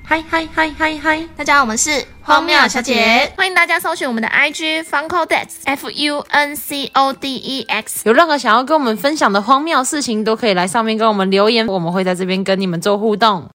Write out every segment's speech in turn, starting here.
嗨嗨嗨嗨嗨！ 大家好，我们是荒谬小姐， 欢迎大家搜寻我们的 IG Funcodex FUNCODEX。 有任何想要跟我们分享的荒谬事情，都可以来上面跟我们留言，我们会在这边跟你们做互动。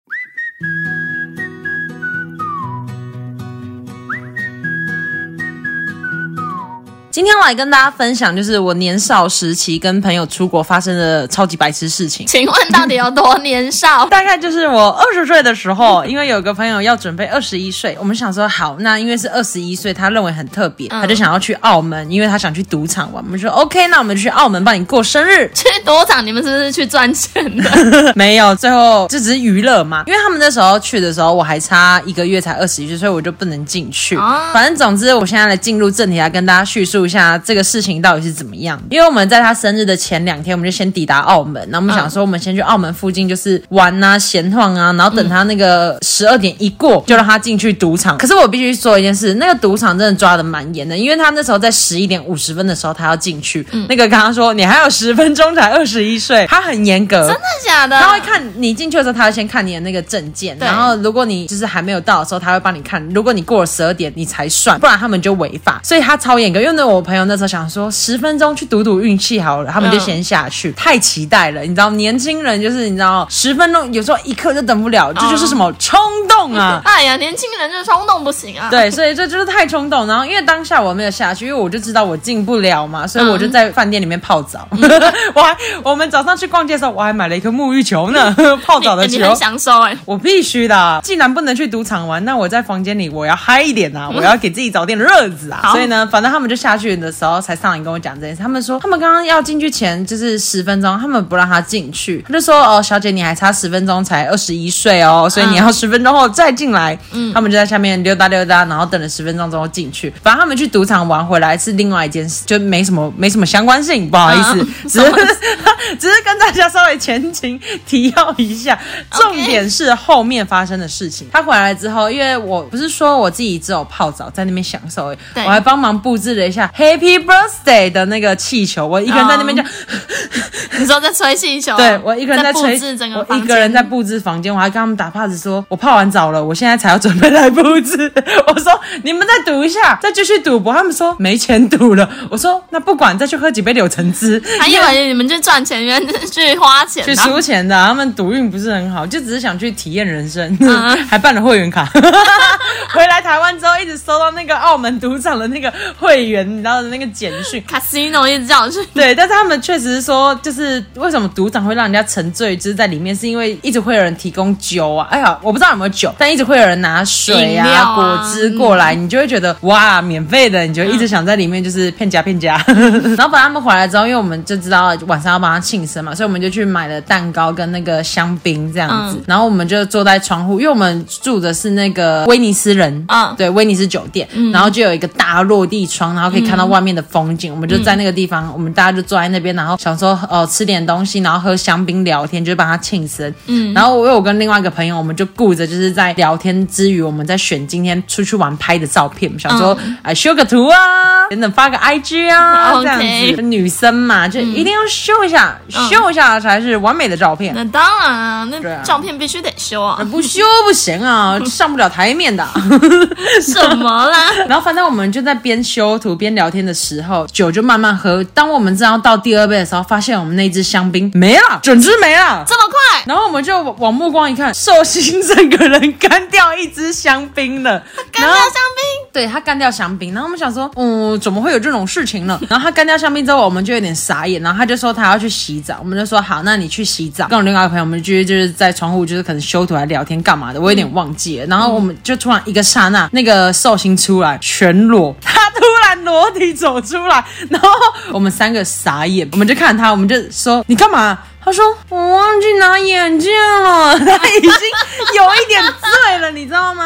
今天我来跟大家分享，就是我年少时期跟朋友出国发生的超级白痴事情。 请问到底有多年少？ 大概就是我20岁的时候，因为有个朋友要准备21岁，我们想说好，那因为是21岁，他认为很特别，他就想要去澳门，因为他想去赌场玩。我们说 OK， 那我们就去澳门帮你过生日。 去赌场，你们是不是去赚钱的？ 没有，最后就只是娱乐嘛。因为他们那时候去的时候，我还差1个月才21岁，所以我就不能进去。反正总之，我现在来进入正题，来跟大家叙述一下这个事情到底是怎么样。因为我们在他生日的前2天，我们就先抵达澳门，然后我们想说，我们先去澳门附近就是玩啊、闲晃啊，然后等他那个12点一过，就让他进去赌场。可是我必须说一件事，那个赌场真的抓得蛮严的，因为他那时候在11点50分的时候，他要进去，那个跟他说你还有10分钟才21岁，他很严格。 真的假的？ 他会看你进去的时候，他会先看你的那个证件，然后如果你就是还没有到的时候，他会帮你看，如果你过了12点你才算，不然他们就违法。所以他超严格。因为我朋友那时候想说10分钟去赌赌运气好了，他们就先下去，太期待了，你知道年轻人就是你知道10分钟有时候1刻就等不了，这就是什么冲动啊！ 哎呀，年轻人就是冲动不行啊。 对，所以这就是太冲动。然后因为当下我没有下去，因为我就知道我进不了嘛，所以我就在饭店里面泡澡。我们早上去逛街的时候，我还买了一颗沐浴球呢，泡澡的球。 你很享受欸。 我必须的，既然不能去赌场玩，那我在房间里我要嗨一点啊，我要给自己找点乐子啊。所以呢，反正他们就下去的时候才上来跟我讲这件事。他们说他们刚刚要进去前就是10分钟，他们不让他进去，他就说哦，小姐你还差10分钟才21岁哦，所以你要10分钟后再进来。他们就在下面溜达溜达，然后等了10分钟之后进去。反正他们去赌场玩回来是另外一件事，就没什么相关性，不好意思，只是跟大家稍微前情提要一下。重点是后面发生的事情。他回来之后，因为我不是说我自己只有泡澡在那边享受而已，我还帮忙布置了一下 Happy Birthday 的那个气球，我一个人在那边就你说在吹气球？ 对，我一个人在吹， 布置整个房间， 我一个人在布置房间，我还跟他们打帕子说，我泡完澡了，我现在才要准备来布置。我说你们再赌一下，再继续赌博。他们说没钱赌了。我说那不管，再去喝几杯柳橙汁。 还以为你们去赚钱，原来是去花钱去输钱的。他们赌运不是很好，就只是想去体验人生，还办了会员卡。回来台湾之后，一直收到那个澳门赌场的那个会员，你知道的那个简讯 ，Casino 一直叫我去。 对，但是他们确实是说，就是为什么赌场会让人家沉醉，就是在里面，是因为一直会有人提供酒啊，哎呀，我不知道有没有酒，但一直会有人拿水啊、果汁过来，你就会觉得哇，免费的，你就一直想在里面就是骗家。然后把他们回来之后，因为我们就知道晚上要帮他庆生嘛，所以我们就去买了蛋糕跟那个香槟这样子。然后我们就坐在窗户，因为我们住的是那个威尼斯人，对，威尼斯酒店，然后就有一个大落地窗，然后可以看到外面的风景。我们就在那个地方，我们大家就坐在那边，然后想说吃点东西，然后喝香槟聊天，就是帮他庆生。然后我跟另外一个朋友，我们就顾着就是在聊天之余，我们在选今天出去玩拍的照片，想说修个图啊，等等发个 IG 啊，这样子。女生嘛，就一定要修一下，修一下才是完美的照片。 那当然啊，那照片必须得修啊， 不修不行啊，上不了台面的。 什么啦？ 然后反正我们就在边修图边聊天的时候，酒就慢慢喝。当我们正要到第2杯的时候，发现我们那支香槟没了，整支没了， 这么快？ 然后我们就往目光一看，寿星整个人干掉1支香槟了。 干掉香槟？ 对，他干掉香槟。然后我们想说，怎么会有这种事情呢？然后他干掉香槟之后，我们就有点傻眼。然后他就说他要去洗澡，我们就说好，那你去洗澡。跟我另外一个朋友，我们就是在窗户，就是可能修图还聊天干嘛的，我有点忘记了。然后我们就突然一个刹那，那个寿星出来全裸，他突然裸体走出来，然后我们3个傻眼，我们就看他，我们就说你干嘛？他说我忘记拿眼镜了，他已经有一点醉了，你知道吗？但后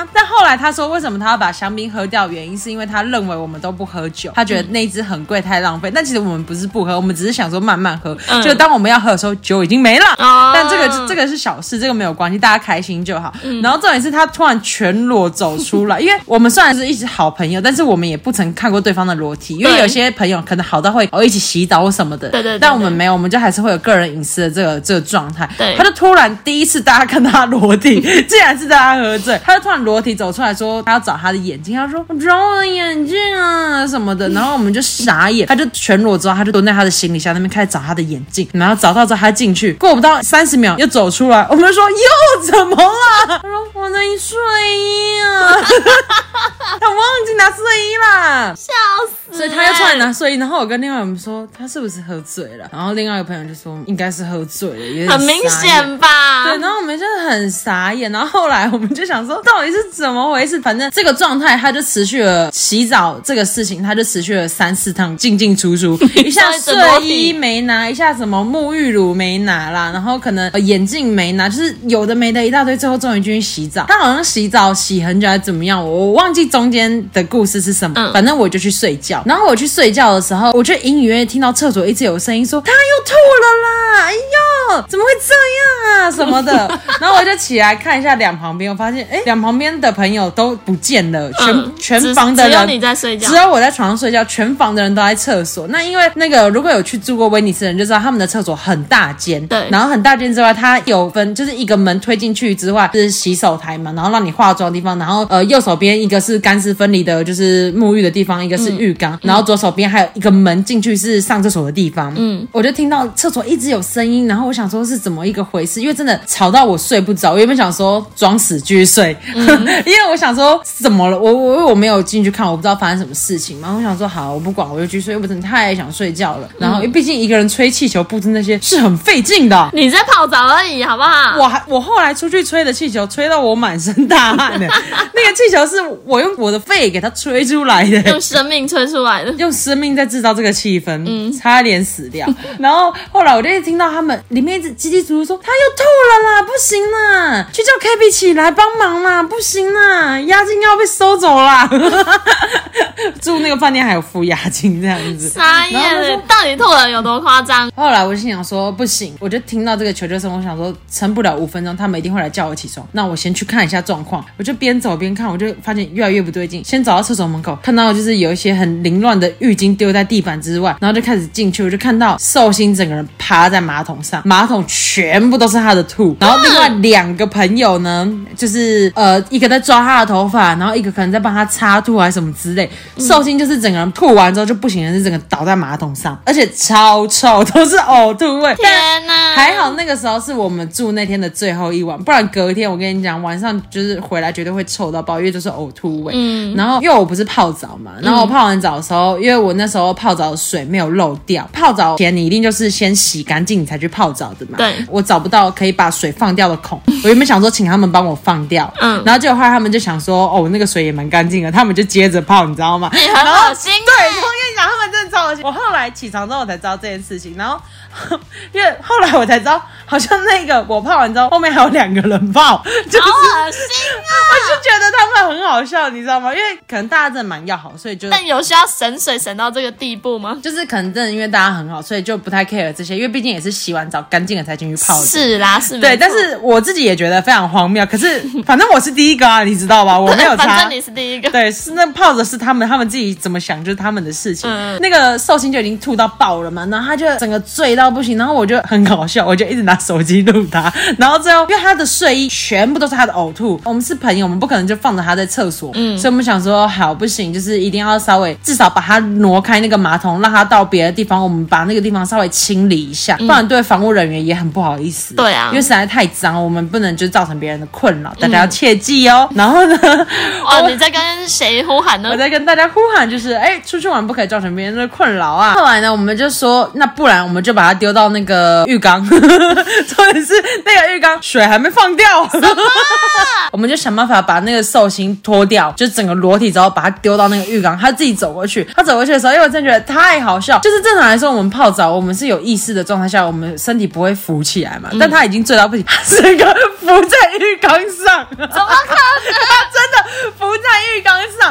后来他说为什么他要把香槟喝掉，原因是因为他认为我们都不喝酒，他觉得那一支很贵太浪费。但其实我们不是不喝，我们只是想说慢慢喝，就当我们要喝的时候酒已经没了。但这个是小事，这个没有关系，大家开心就好。然后重点是他突然全裸走出来，因为我们虽然是一直好朋友，但是我们也不曾看过对方的裸体，因为有些朋友可能好到会一起洗澡或什么的， 对， 但我们没有，我们就还是会有个人隐私的这个状态。 对， 他就突然第一次大家看到他裸体，竟然是在他喝醉，他就突然裸体走出来说他要找他的眼镜，他说我找我的眼镜啊什么的，然后我们就傻眼，他就全裸之后他就蹲在他的行李箱那边开始找他的眼镜，然后找到之后他进去，过不到30秒又走出来，我们说又怎么了？他说我的睡衣啊，他忘记拿睡衣啦， 笑死！ 所以他又出来拿睡衣，然后我跟另外一个人说他是不是喝醉了，然后另外一个朋友就说应该是喝醉了，有点很明显吧？ 对，然后我们就是很傻眼，然后后来我们就想说到底是怎么回事，反正这个状态他就持续了洗澡这个事情，他就持续了3-4趟进进出出，一下睡衣没拿，一下什么沐浴乳没拿啦，然后可能眼镜没拿，就是有的没的一大堆，最后终于进去洗澡。他好像洗澡洗很久还是怎么样，我忘记中间的故事是什么，反正我就去睡觉。然后我去睡觉的时候，我就隐隐约约听到厕所一直有声音说他又吐了啦，哎呦怎么会这样啊什么的。然后我就起来看一下两旁边，我发现两旁边的朋友都不见了，全房的人只有你在睡觉， 只有我在床上睡觉，全房的人都在厕所。那因为那个如果有去住过威尼斯的人就知道他们的厕所很大间， 对， 然后很大间之外它有分就是一个门推进去之外是洗手台嘛，然后让你化妆的地方，然后右手边一个是干湿分离的就是沐浴的地方，一个是浴缸，然后左手边还有一个门进去是上厕所的地方。我就听到厕所一直有声音，然后我想说是怎么一个回事，因为真的吵到我睡不着。我原本想说装死继续睡，因为我想说怎么了，我没有进去看，我不知道发生什么事情嘛。我想说好，我不管，我就继续睡，我真的太想睡觉了。然后毕竟一个人吹气球布置那些是很费劲的， 你在泡澡而已，好不好？ 我后来出去吹的气球，吹到我满身大汗的。那个气球是我用我的肺给它吹出来的， 用生命吹出来的， 用生命在制造这个气氛，差点死掉。然后后来我就一直听到他们里面一直叽叽喳喳说他又吐了啦，不行啦，去叫 KB 起来帮忙啦，不行啦，押金要被收走啦。住那个饭店还有付押金这样子， 傻眼了，到底吐了有多夸张？ 后来我就心想说不行，我就听到这个求救声，我想说撑不了5分钟他们一定会来叫我起床，那我先去看一下状况。我就边走边看，我就发现越来越不对劲，先走到厕所门口，看到就是有一些很凌乱的浴巾丢在地板之外，然后就开始进去，我就看到寿星整个人趴在马桶上，马桶全部都是他的吐，然后另外2个朋友呢就是一个在抓他的头发，然后一个可能在帮他擦吐还是什么之类。寿星就是整个人吐完之后就不行了，是整个倒在马桶上，而且超臭，都是呕吐味。 天哪！ 还好那个时候是我们住那天的最后一晚，不然隔天我跟你讲晚上就是回来绝对会臭到爆，因为就是呕吐味。然后因为我不是泡澡嘛，然后我泡完澡的时候，因为我那时候泡澡的水没有漏掉，泡澡前你一定就是先洗干净你才去泡澡的嘛。 对， 我找不到可以把水放掉的孔，我原本想说请他们帮我放掉，然后结果后来他们就想说哦那个水也蛮干净的，他们就接着泡，你知道吗？ 你很恶心。 对，我跟你讲他们真的超恶心。我后来起床之后我才知道这件事情，然后因为后来我才知道好像那个我泡完之后后面还有2个人泡，就是好恶心啊！ 我就觉得他们很好笑，你知道吗？因为可能大家真的蛮要好，所以就但有需要省水省到这个地步吗？ 就是可能真的因为大家很好，所以就不太 care 这些，因为毕竟也是洗完澡干净了才进去泡的。 是啦，是对，但是我自己也觉得非常荒谬。可是反正我是第一个啊，你知道吧？我没有差， 反正你是第一个。 对，是那泡的是他们自己怎么想就是他们的事情。那个寿星就已经吐到爆了嘛，然后他就整个醉到不行，然后我就很搞笑，我就一直拿手机录他，然后最后因为他的睡衣全部都是他的呕吐，我们是朋友，我们不可能就放着他在厕所，所以我们想说好不行，就是一定要稍微至少把他挪开那个马桶，让他到别的地方，我们把那个地方稍微清理一下，不然对防务人员也很不好意思。 对啊， 因为实在太脏，我们不能就造成别人的困扰，大家要切记哦。然后呢， 你在跟谁呼喊呢？ 我在跟大家呼喊，就是出去玩不可以造成别人的困扰啊。后来呢，我们就说那不然我们就把它丢到那个浴缸，重点是那个浴缸水还没放掉，我们就想办法把那个寿星脱掉，就整个裸体之后把它丢到那个浴缸，他自己走过去。他走过去的时候，因为我真的觉得太好笑，就是正常来说我们泡澡我们是有意识的状态下，我们身体不会浮起来嘛，但他已经醉到不行，他整个浮在浴缸上，怎么可能？他真的浮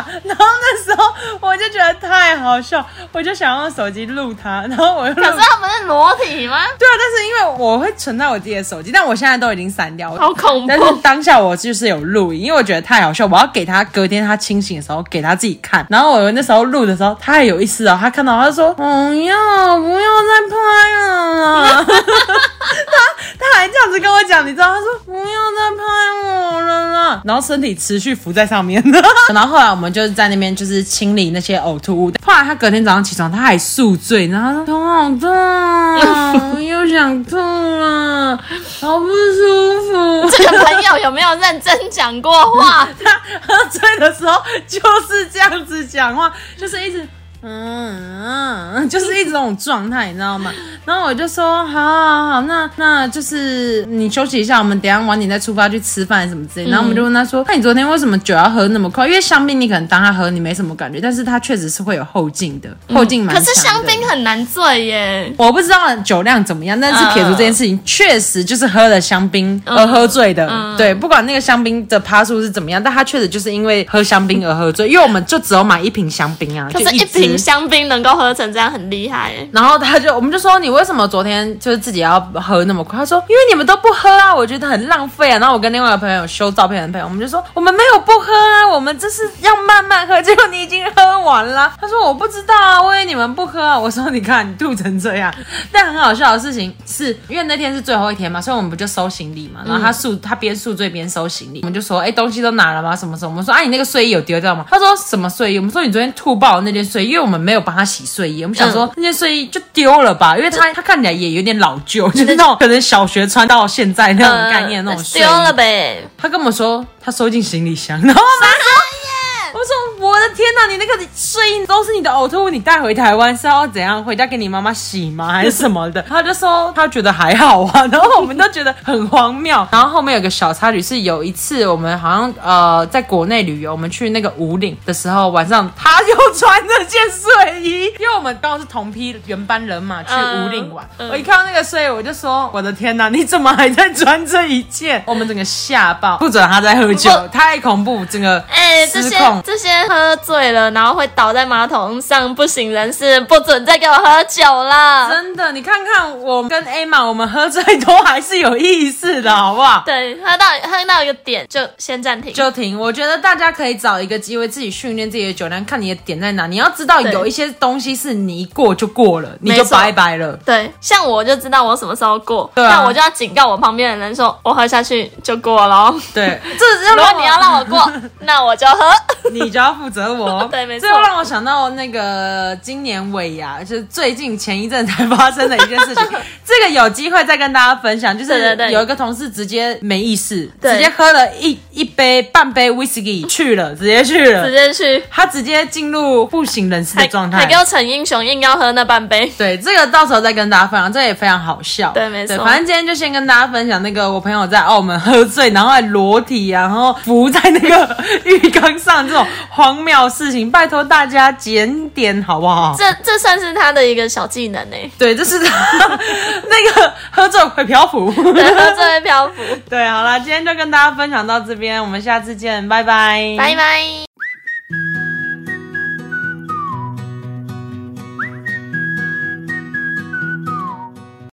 然后那时候我就觉得太好笑，我就想用手机录他，然后我又录。 可是他不是裸体吗？ 对啊，但是因为我会存在我自己的手机，但我现在都已经删掉了。 好恐怖！ 但是当下我就是有录影，因为我觉得太好笑，我要给他隔天他清醒的时候给他自己看。然后我那时候录的时候，他也有意思哦，他看到他说：“不要再拍了啦。”他还这样子跟我讲，你知道？他说：“不要再拍我了啦。”然后身体持续浮在上面。然后后来我们就是在那边就是清理那些呕吐物。后来他隔天早上起床，他还宿醉，然后他说：“头好痛啊，我又想吐了，好不舒服。” 这个朋友有没有认真讲过话？ 他喝醉的时候就是这样子讲话，就是一直就是一直这种状态，你知道吗？然后我就说好，那就是你休息一下，我们等一下晚点再出发去吃饭什么之类。然后我们就问他说：“那你昨天为什么酒要喝那么快？因为香槟你可能当他喝你没什么感觉，但是它确实是会有后劲的，后劲蛮强的。 可是香槟很难醉耶。 我不知道酒量怎么样，但是撇除这件事情，确实就是喝了香槟而喝醉的。对，不管那个香槟的趴数是怎么样，但他确实就是因为喝香槟而喝醉，因为我们就只有买一瓶香槟啊， 可是一瓶香槟能够喝成这样很厉害耶。 然后我们就说你为什么昨天就是自己要喝那么快？他说因为你们都不喝啊，我觉得很浪费啊。然后我跟另外一个朋友修照片的朋友，我们就说我们没有不喝啊，我们这是要慢慢喝，结果你已经喝完了。他说我不知道啊，我以为你们不喝啊。我说你看你吐成这样。但很好笑的事情是因为那天是最后一天嘛，所以我们不就收行李嘛。然后他边宿醉边收行李，我们就说东西都拿了吗？什么什么？我们说你那个睡衣有丢掉吗？他说什么睡衣？我们说你昨天吐爆的那件睡衣，因为我们没有帮他洗睡衣，我们想说那件睡衣就丢了吧，因为他看起来也有点老旧，就是那种可能小学穿到现在那种概念那种睡衣， 丢了呗。 他跟我说他收进行李箱，然后我说我的天哪，你那个睡衣都是你的呕吐物，你带回台湾是要怎样回家给你妈妈洗吗？还是什么的？他就说他觉得还好啊，然后我们都觉得很荒谬。然后后面有个小插曲是有一次我们好像在国内旅游，我们去那个武岭的时候，晚上他又穿这件睡衣，因为我们刚好是同批原班人马去武岭玩。我一看到那个睡衣，我就说我的天哪，你怎么还在穿这一件？我们整个吓爆，不准他在喝酒，太恐怖，整个失控。 这些喝醉了然后会倒在马桶上不省人事，不准再给我喝酒了。 真的，你看看我跟 Emma， 我们喝醉都还是有意识的，好不好？ 对，喝到一个点就先暂停， 就停。我觉得大家可以找一个机会自己训练自己的酒量，看你的点在哪。你要知道有一些东西是你一过就过了，你就拜拜了。 对，像我就知道我什么时候过， 对啊， 那我就要警告我旁边的人说，我喝下去就过了。 对， 如果你要让我过，那我就喝。 你就要负责我。 对，没错。 这又让我想到那个今年尾牙，就是最近前一阵才发生的一件事情。这个有机会再跟大家分享，就是有一个同事直接没意识，直接喝了半杯 whisky 直接去，他直接进入不省人事的状态， 还给我逞英雄，硬要喝那半杯。 对，这个到时候再跟大家分享，这也非常好笑。 对，没错。 反正今天就先跟大家分享那个我朋友在澳门喝醉，然后还裸体啊，然后浮在那个浴缸上这种荒谬事情，拜托大家检点好不好？ 这算是他的一个小技能欸。 对，这是他那个喝醉会漂浮。 对，喝醉会漂浮。 对，好啦，今天就跟大家分享到这边，我们下次见，拜拜， 拜拜。